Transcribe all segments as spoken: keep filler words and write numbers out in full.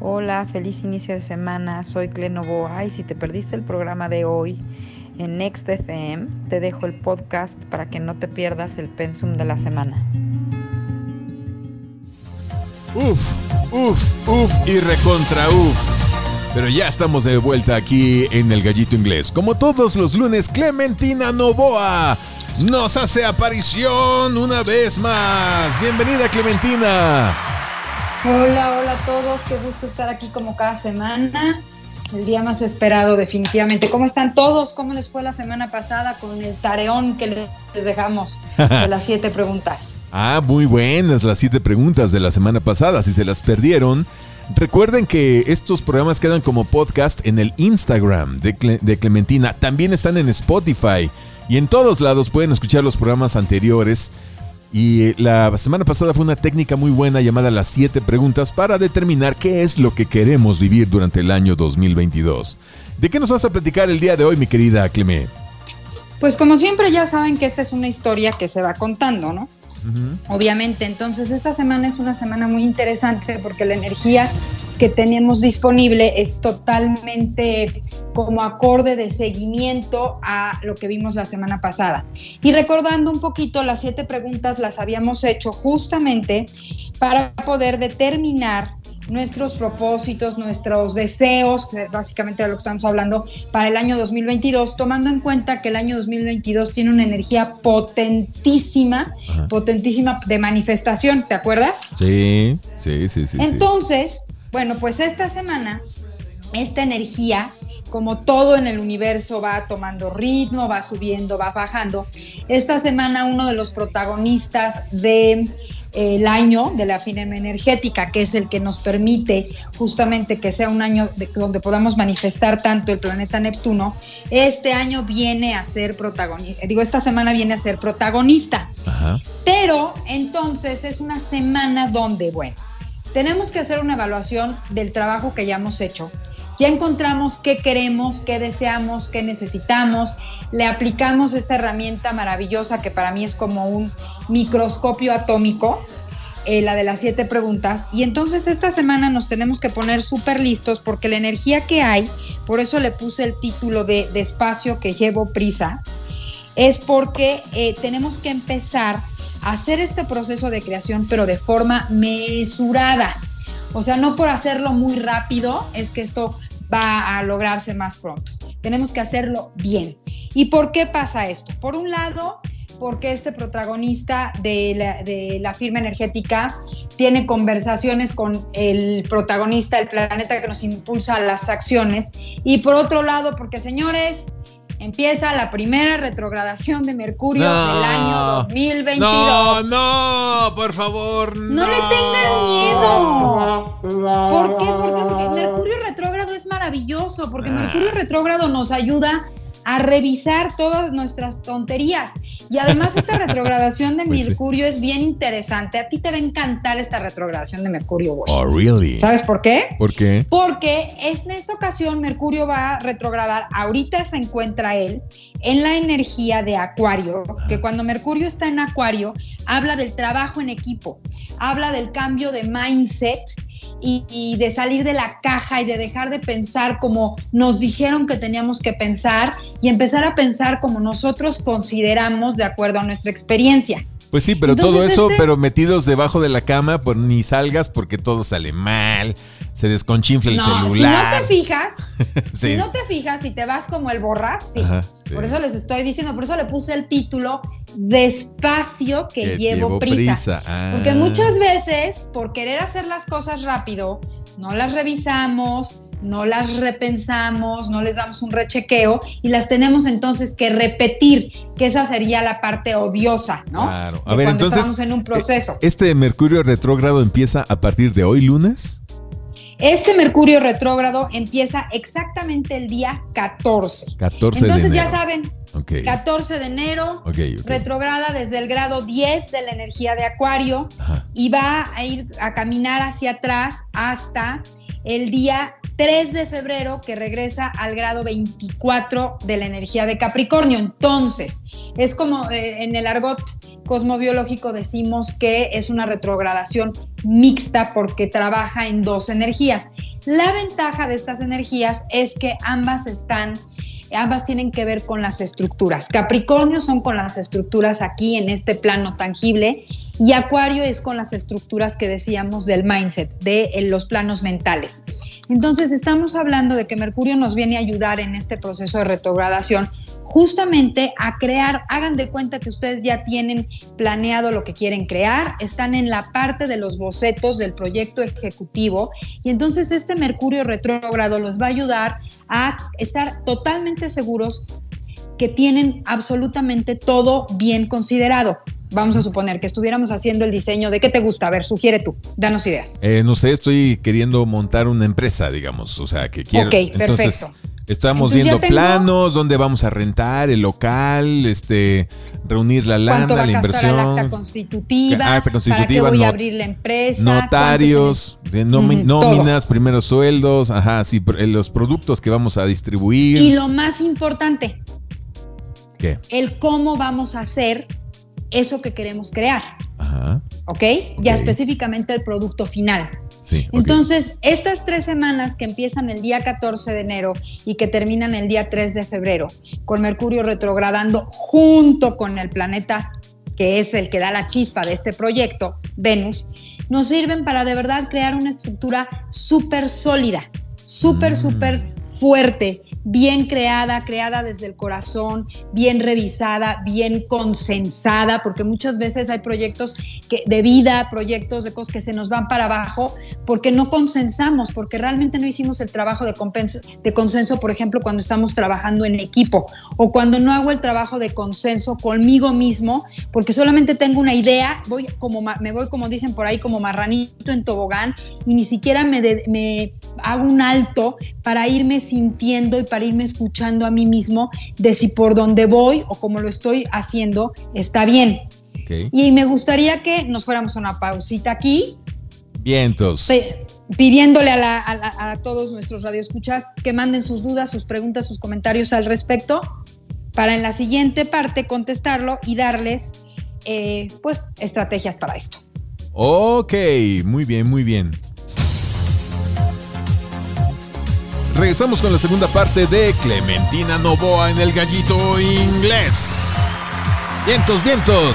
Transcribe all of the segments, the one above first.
Hola, feliz inicio de semana, soy Cle Novoa y si te perdiste el programa de hoy en Next F M, te dejo el podcast para que no te pierdas el pensum de la semana. Uf, uf, uf y recontra uf. Pero ya estamos de vuelta aquí en El Gallito Inglés. Como todos los lunes, Clementina Novoa nos hace aparición una vez más. Bienvenida, Clementina. Hola, hola a todos. Qué gusto estar aquí como cada semana. El día más esperado definitivamente. ¿Cómo están todos? ¿Cómo les fue la semana pasada con el tareón que les dejamos de las siete preguntas? Ah, muy buenas las siete preguntas de la semana pasada. Si se las perdieron, recuerden que estos programas quedan como podcast en el Instagram de, Cle- de Clementina. También están en Spotify y en todos lados pueden escuchar los programas anteriores. Y la semana pasada fue una técnica muy buena llamada las siete preguntas para determinar qué es lo que queremos vivir durante el año dos mil veintidós. ¿De qué nos vas a platicar el día de hoy, mi querida Clemé? Pues como siempre ya saben que esta es una historia que se va contando, ¿no? Uh-huh. Obviamente, entonces esta semana es una semana muy interesante porque la energía que tenemos disponible es totalmente como acorde de seguimiento a lo que vimos la semana pasada. Y recordando un poquito, las siete preguntas las habíamos hecho justamente para poder determinar nuestros propósitos, nuestros deseos, que básicamente de lo que estamos hablando, para el año dos mil veintidós, tomando en cuenta que el año dos mil veintidós tiene una energía potentísima, Ajá. potentísima de manifestación, ¿te acuerdas? Sí, sí, sí, sí. Entonces, sí. bueno, pues esta semana, esta energía, como todo en el universo va tomando ritmo, va subiendo, va bajando, esta semana uno de los protagonistas de el año de la firma energética, que es el que nos permite justamente que sea un año de, donde podamos manifestar tanto el planeta Neptuno, este año viene a ser protagonista, digo, esta semana viene a ser protagonista. Ajá. Pero entonces es una semana donde, bueno, tenemos que hacer una evaluación del trabajo que ya hemos hecho. Ya encontramos qué queremos, qué deseamos, qué necesitamos. Le aplicamos esta herramienta maravillosa que para mí es como un microscopio atómico, eh, la de las siete preguntas. Y entonces esta semana nos tenemos que poner súper listos porque la energía que hay, por eso le puse el título de Despacio que llevo prisa, es porque eh, tenemos que empezar a hacer este proceso de creación, pero de forma mesurada. O sea, no por hacerlo muy rápido es que esto va a lograrse más pronto. Tenemos que hacerlo bien. ¿Y por qué pasa esto? Por un lado, porque este protagonista de la, de la firma energética tiene conversaciones con el protagonista del planeta que nos impulsa a las acciones. Y por otro lado, porque, señores, empieza la primera retrogradación de Mercurio no, del año dos mil veintidós. No, no, por favor, no. No le tengan miedo. ¿Por qué? Porque, porque Mercurio retrógrado es maravilloso, porque ah. Mercurio retrógrado nos ayuda a revisar todas nuestras tonterías. Y además esta retrogradación de pues Mercurio sí. es bien interesante. A ti te va a encantar esta retrogradación de Mercurio, güey. Oh, really? ¿Sabes por qué? ¿Por qué? Porque en esta ocasión Mercurio va a retrogradar. Ahorita se encuentra él en la energía de Acuario, que cuando Mercurio está en Acuario, habla del trabajo en equipo, habla del cambio de mindset y, y de salir de la caja y de dejar de pensar como nos dijeron que teníamos que pensar y empezar a pensar como nosotros consideramos de acuerdo a nuestra experiencia. Pues sí, pero Entonces, todo eso, este... pero metidos debajo de la cama, pues ni salgas porque todo sale mal, se desconchinfla el no, celular. Si no te fijas, sí. si no te fijas y te vas como el borras, sí. Ajá, sí. Por eso les estoy diciendo, por eso le puse el título Despacio que, que llevo, llevo prisa. prisa. Ah. Porque muchas veces, por querer hacer las cosas rápido, no las revisamos, no las repensamos, no les damos un rechequeo y las tenemos entonces que repetir, que esa sería la parte odiosa, ¿no? Claro. A de ver, cuando entonces, estamos en un proceso. ¿este Mercurio retrógrado empieza a partir de hoy, lunes? Este Mercurio retrógrado empieza exactamente el día catorce. catorce Entonces de enero. ya saben, okay. catorce de enero, okay, okay. retrógrada desde el grado diez de la energía de Acuario. Ajá. Y va a ir a caminar hacia atrás hasta el día tres de febrero, que regresa al grado veinticuatro de la energía de Capricornio. Entonces, es como eh, en el argot cosmobiológico decimos que es una retrogradación mixta porque trabaja en dos energías. La ventaja de estas energías es que ambas están, ambas tienen que ver con las estructuras. Capricornio son con las estructuras aquí en este plano tangible y Acuario es con las estructuras que decíamos del mindset, de los planos mentales. Entonces estamos hablando de que Mercurio nos viene a ayudar en este proceso de retrogradación justamente a crear, hagan de cuenta que ustedes ya tienen planeado lo que quieren crear, están en la parte de los bocetos del proyecto ejecutivo y entonces este Mercurio retrógrado los va a ayudar a estar totalmente seguros que tienen absolutamente todo bien considerado. Vamos a suponer que estuviéramos haciendo el diseño de qué te gusta. A ver, sugiere tú, danos ideas. Eh, no sé, estoy queriendo montar una empresa, digamos, o sea, que quiero. Ok, entonces, perfecto. Estamos Entonces, viendo tengo, planos, dónde vamos a rentar el local, este, reunir la lana, ¿cuánto va la a inversión. El acta constitutiva, acta constitutiva, para qué voy no, a abrir la empresa. Notarios, nomi, uh, nóminas, todo. primeros sueldos, ajá, sí, los productos que vamos a distribuir. Y lo más importante, ¿qué? El cómo vamos a hacer eso que queremos crear. Ajá. ¿Ok? Ya okay. Específicamente el producto final. Sí, okay. Entonces, estas tres semanas que empiezan el día catorce de enero y que terminan el día tres de febrero, con Mercurio retrogradando junto con el planeta que es el que da la chispa de este proyecto, Venus, nos sirven para de verdad crear una estructura súper sólida, súper, mm. súper fuerte, bien creada, creada desde el corazón, bien revisada, bien consensada, porque muchas veces hay proyectos que, de vida, proyectos de cosas que se nos van para abajo porque no consensamos, porque realmente no hicimos el trabajo de, compenso, de consenso, por ejemplo, cuando estamos trabajando en equipo o cuando no hago el trabajo de consenso conmigo mismo, porque solamente tengo una idea, voy como, me voy como dicen por ahí, como marranito en tobogán y ni siquiera me, de, me hago un alto para irme sintiendo y para irme escuchando a mí mismo de si por donde voy o como lo estoy haciendo está bien. Okay. Y me gustaría que nos fuéramos a una pausita aquí. Vientos. Pe- pidiéndole a, la, a, la, a todos nuestros radioescuchas que manden sus dudas, sus preguntas, sus comentarios al respecto para en la siguiente parte contestarlo y darles eh, pues estrategias para esto. Ok, muy bien, muy bien. Regresamos con la segunda parte de Clementina Novoa en El Gallito Inglés. Vientos, vientos.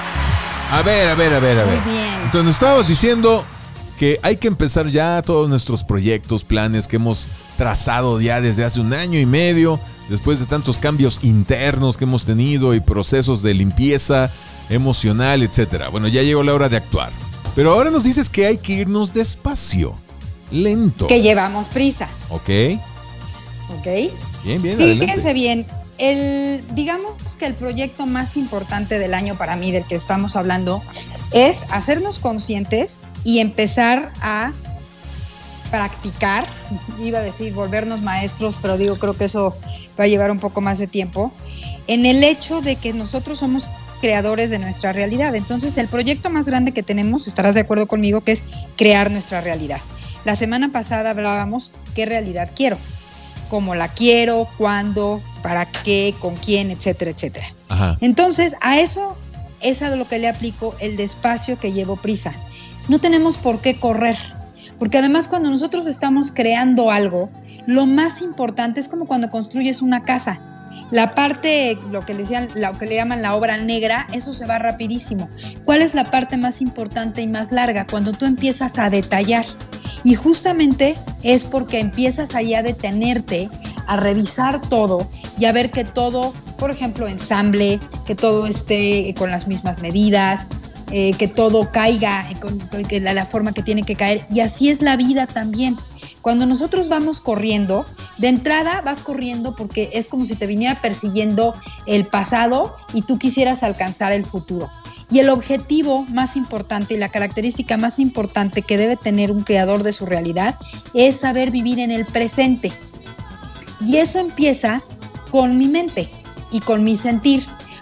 A ver, a ver, a ver, a ver. Muy bien. Entonces nos estabas diciendo que hay que empezar ya todos nuestros proyectos, planes que hemos trazado ya desde hace un año y medio, después de tantos cambios internos que hemos tenido y procesos de limpieza emocional, etcétera. Bueno, ya llegó la hora de actuar. Pero ahora nos dices que hay que irnos despacio. Lento. Que llevamos prisa. Ok. Ok. Bien, bien, Fíjense adelante. bien, el, digamos que el proyecto más importante del año para mí, del que estamos hablando, es hacernos conscientes y empezar a practicar, iba a decir volvernos maestros, pero digo, creo que eso va a llevar un poco más de tiempo, en el hecho de que nosotros somos creadores de nuestra realidad. Entonces, el proyecto más grande que tenemos, estarás de acuerdo conmigo, que es crear nuestra realidad. La semana pasada hablábamos qué realidad quiero, cómo la quiero, cuándo, para qué, con quién, etcétera, etcétera. Ajá. Entonces, a eso es a lo que le aplico el despacio que llevo prisa. No tenemos por qué correr, porque además cuando nosotros estamos creando algo, lo más importante es como cuando construyes una casa. La parte, lo que le decían, lo que le llaman la obra negra, eso se va rapidísimo. ¿Cuál es la parte más importante y más larga? Cuando tú empiezas a detallar. Y justamente es porque empiezas ahí a detenerte, a revisar todo y a ver que todo, por ejemplo, ensamble, que todo esté con las mismas medidas, eh, que todo caiga con, con que la, la forma que tiene que caer. Y así es la vida también. Cuando nosotros vamos corriendo, de entrada vas corriendo porque es como si te viniera persiguiendo el pasado y tú quisieras alcanzar el futuro. Y el objetivo más importante y la característica más importante que debe tener un creador de su realidad es saber vivir en el presente. Y eso empieza con mi mente y con mi sentir.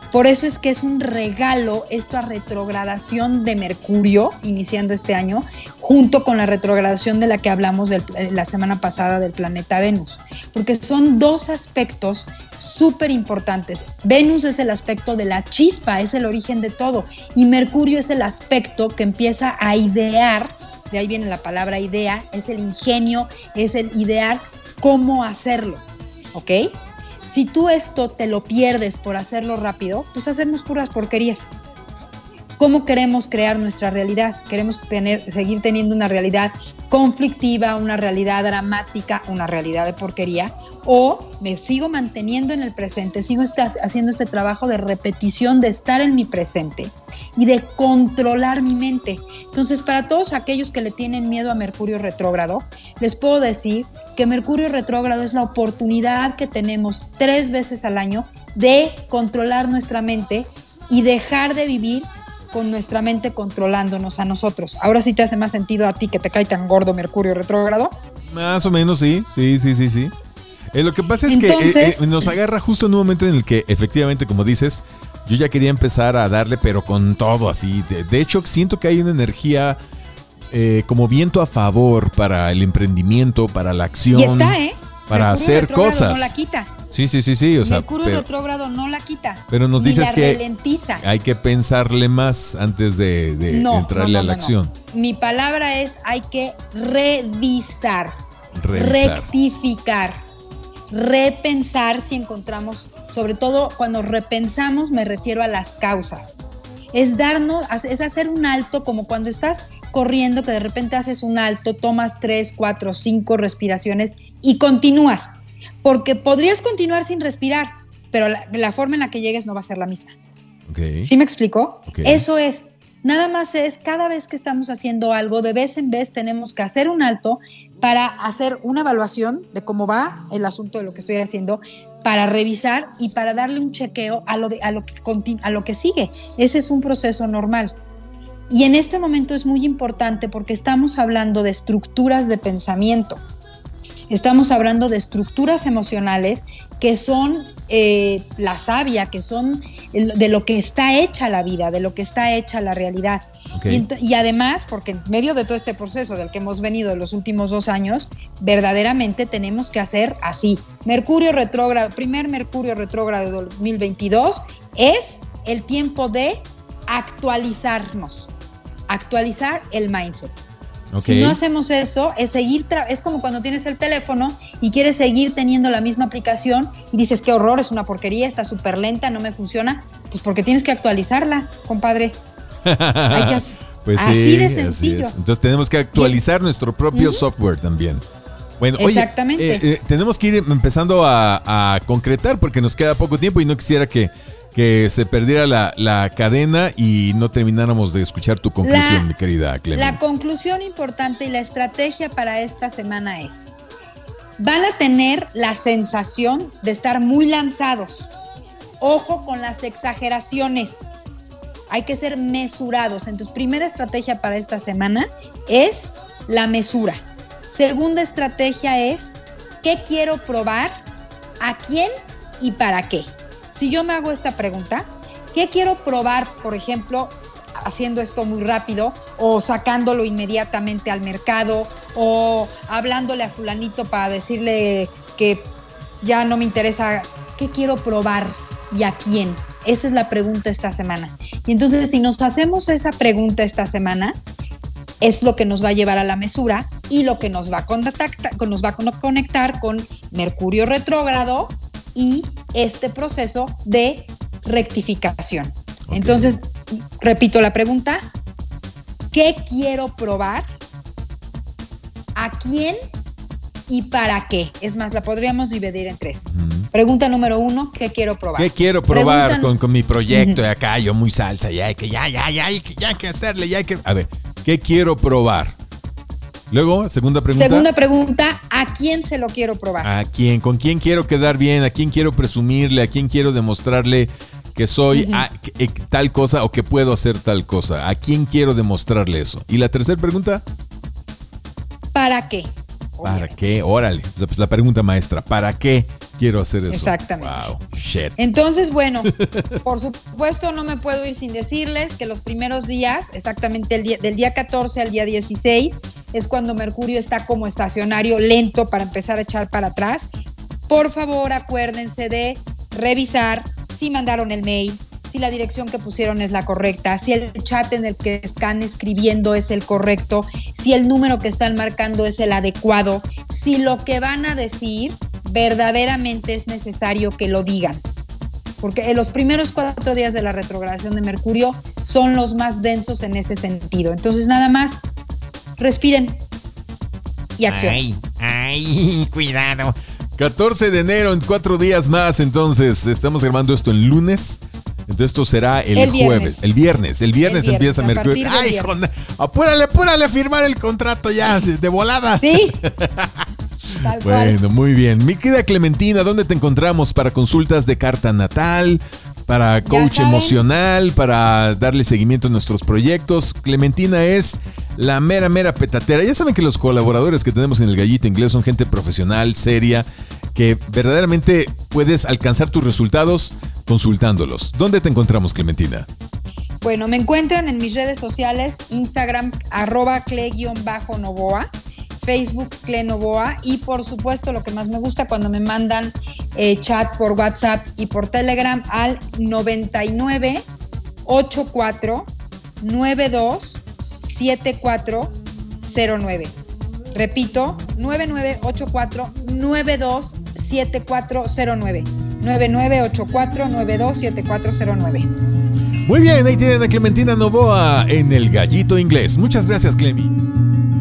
Por eso es que es un regalo esta retrogradación de Mercurio, iniciando este año, junto con la retrogradación de la que hablamos del, la semana pasada del planeta Venus, porque son dos aspectos súper importantes. Venus es el aspecto de la chispa, es el origen de todo, y Mercurio es el aspecto que empieza a idear, de ahí viene la palabra idea, es el ingenio, es el idear cómo hacerlo, ¿ok? Si tú esto te lo pierdes por hacerlo rápido, pues hacemos puras porquerías. ¿Cómo queremos crear nuestra realidad? Queremos tener, seguir teniendo una realidad conflictiva, una realidad dramática, una realidad de porquería, o me sigo manteniendo en el presente, sigo esta, haciendo este trabajo de repetición, de estar en mi presente y de controlar mi mente. Entonces, para todos aquellos que le tienen miedo a Mercurio retrógrado, les puedo decir que Mercurio retrógrado es la oportunidad que tenemos tres veces al año de controlar nuestra mente y dejar de vivir con nuestra mente controlándonos a nosotros. Ahora sí te hace más sentido a ti que te cae tan gordo Mercurio retrógrado. Más o menos, sí, sí, sí, sí, sí. Eh, lo que pasa es Entonces, que eh, eh, nos agarra justo en un momento en el que efectivamente, como dices, yo ya quería empezar a darle, pero con todo así. De, de hecho, siento que hay una energía eh, como viento a favor para el emprendimiento, para la acción. Y está, ¿eh? Para Mercurio hacer cosas. No la quita. Sí, sí, sí, sí. O sea, Mercurio pero, retrógrado no la quita. Pero nos dices la que ralentiza. Hay que pensarle más antes de, de no, entrarle no, no, a la no, acción. No. Mi palabra es hay que revisar, Revisar. rectificar, repensar si encontramos, sobre todo cuando repensamos me refiero a las causas. Es darnos, es hacer un alto, como cuando estás corriendo, que de repente haces un alto, tomas tres, cuatro, cinco respiraciones y continúas. Porque podrías continuar sin respirar, pero la, la forma en la que llegues no va a ser la misma. Okay. ¿Sí me explico? Okay. Eso es. Nada más es, cada vez que estamos haciendo algo, de vez en vez tenemos que hacer un alto para hacer una evaluación de cómo va el asunto de lo que estoy haciendo, para revisar y para darle un chequeo a lo, de, a lo, que, a lo que sigue. Ese es un proceso normal. Y en este momento es muy importante porque estamos hablando de estructuras de pensamiento. Estamos hablando de estructuras emocionales que son eh, la savia, que son el, de lo que está hecha la vida, de lo que está hecha la realidad. Okay. Y, y además, porque en medio de todo este proceso del que hemos venido en los últimos dos años, verdaderamente tenemos que hacer así. Mercurio retrógrado, primer Mercurio retrógrado de dos mil veintidós es el tiempo de actualizarnos, actualizar el mindset. Okay. Si no hacemos eso, es seguir tra- es como cuando tienes el teléfono y quieres seguir teniendo la misma aplicación y dices, qué horror, es una porquería, está súper lenta, no me funciona. Pues porque tienes que actualizarla, compadre. Hay que hacer, pues así sí, de sencillo. Así es. Entonces tenemos que actualizar y, nuestro propio uh-huh. software también. Bueno, exactamente. Oye, eh, eh, tenemos que ir empezando a, a concretar porque nos queda poco tiempo y no quisiera que que se perdiera la, la cadena y no termináramos de escuchar tu conclusión, la, mi querida Clemen. La conclusión importante y la estrategia para esta semana es, van a tener la sensación de estar muy lanzados. Ojo con las exageraciones. Hay que ser mesurados. Entonces, primera estrategia para esta semana es la mesura. Segunda estrategia es, ¿qué quiero probar? ¿A quién y para qué? Si yo me hago esta pregunta, ¿qué quiero probar, por ejemplo, haciendo esto muy rápido o sacándolo inmediatamente al mercado o hablándole a fulanito para decirle que ya no me interesa? ¿Qué quiero probar y a quién? Esa es la pregunta esta semana. Y entonces, si nos hacemos esa pregunta esta semana, es lo que nos va a llevar a la mesura y lo que nos va a conectar, nos va a conectar con Mercurio retrógrado y este proceso de rectificación. Okay. Entonces, repito la pregunta, ¿qué quiero probar? ¿A quién y para qué? Es más, la podríamos dividir en tres. Uh-huh. Pregunta número uno, ¿qué quiero probar? ¿Qué quiero probar Pregunta... con, con mi proyecto? Uh-huh. De acá, yo muy salsa, ya hay que, ya, ya, ya, hay que, ya hay que hacerle, ya hay que... A ver, ¿qué quiero probar? Luego, segunda pregunta. Segunda pregunta, ¿a quién se lo quiero probar? ¿A quién? ¿Con quién quiero quedar bien? ¿A quién quiero presumirle? ¿A quién quiero demostrarle que soy uh-huh. a, que, tal cosa o que puedo hacer tal cosa? ¿A quién quiero demostrarle eso? ¿Y la tercera pregunta? ¿Para qué? ¿Para qué? Órale, pues la pregunta maestra. ¿Para qué quiero hacer eso. Exactamente. Wow, shit. Entonces, bueno, por supuesto no me puedo ir sin decirles que los primeros días, exactamente el día, del día catorce al día dieciséis, es cuando Mercurio está como estacionario lento para empezar a echar para atrás. Por favor, acuérdense de revisar si mandaron el mail, si la dirección que pusieron es la correcta, si el chat en el que están escribiendo es el correcto, si el número que están marcando es el adecuado, si lo que van a decir verdaderamente es necesario que lo digan. Porque los primeros cuatro días de la retrogradación de Mercurio son los más densos en ese sentido. Entonces, nada más, respiren y acción. Ay, ay, cuidado. catorce de enero, en cuatro días más, entonces, estamos grabando esto el lunes. Entonces esto será el, el jueves, viernes. el viernes, el viernes, el viernes empieza Mercurio. Ay, hijo, apúrale, apúrale a firmar el contrato ya, de, de volada. Sí. Tal Bueno, cual. muy bien. Mi querida Clementina, ¿dónde te encontramos para consultas de carta natal, para coach saben. emocional, para darle seguimiento a nuestros proyectos? Clementina es la mera, mera petatera. Ya saben que los colaboradores que tenemos en el Gallito Inglés son gente profesional, seria, que verdaderamente puedes alcanzar tus resultados consultándolos. ¿Dónde te encontramos, Clementina? Bueno, me encuentran en mis redes sociales, Instagram, arroba cle-novoa, Facebook Cle Novoa, y por supuesto lo que más me gusta cuando me mandan eh, chat por WhatsApp y por Telegram al noventa y nueve, ochenta y cuatro, noventa y dos, setenta y cuatro cero nueve. Repito, nueve nueve ocho cuatro, nueve dos siete cuatro cero nueve. nueve nueve ocho cuatro, nueve dos siete cuatro cero nueve. Muy bien, ahí tienen a Clementina Novoa en el Gallito Inglés. Muchas gracias, Clemi.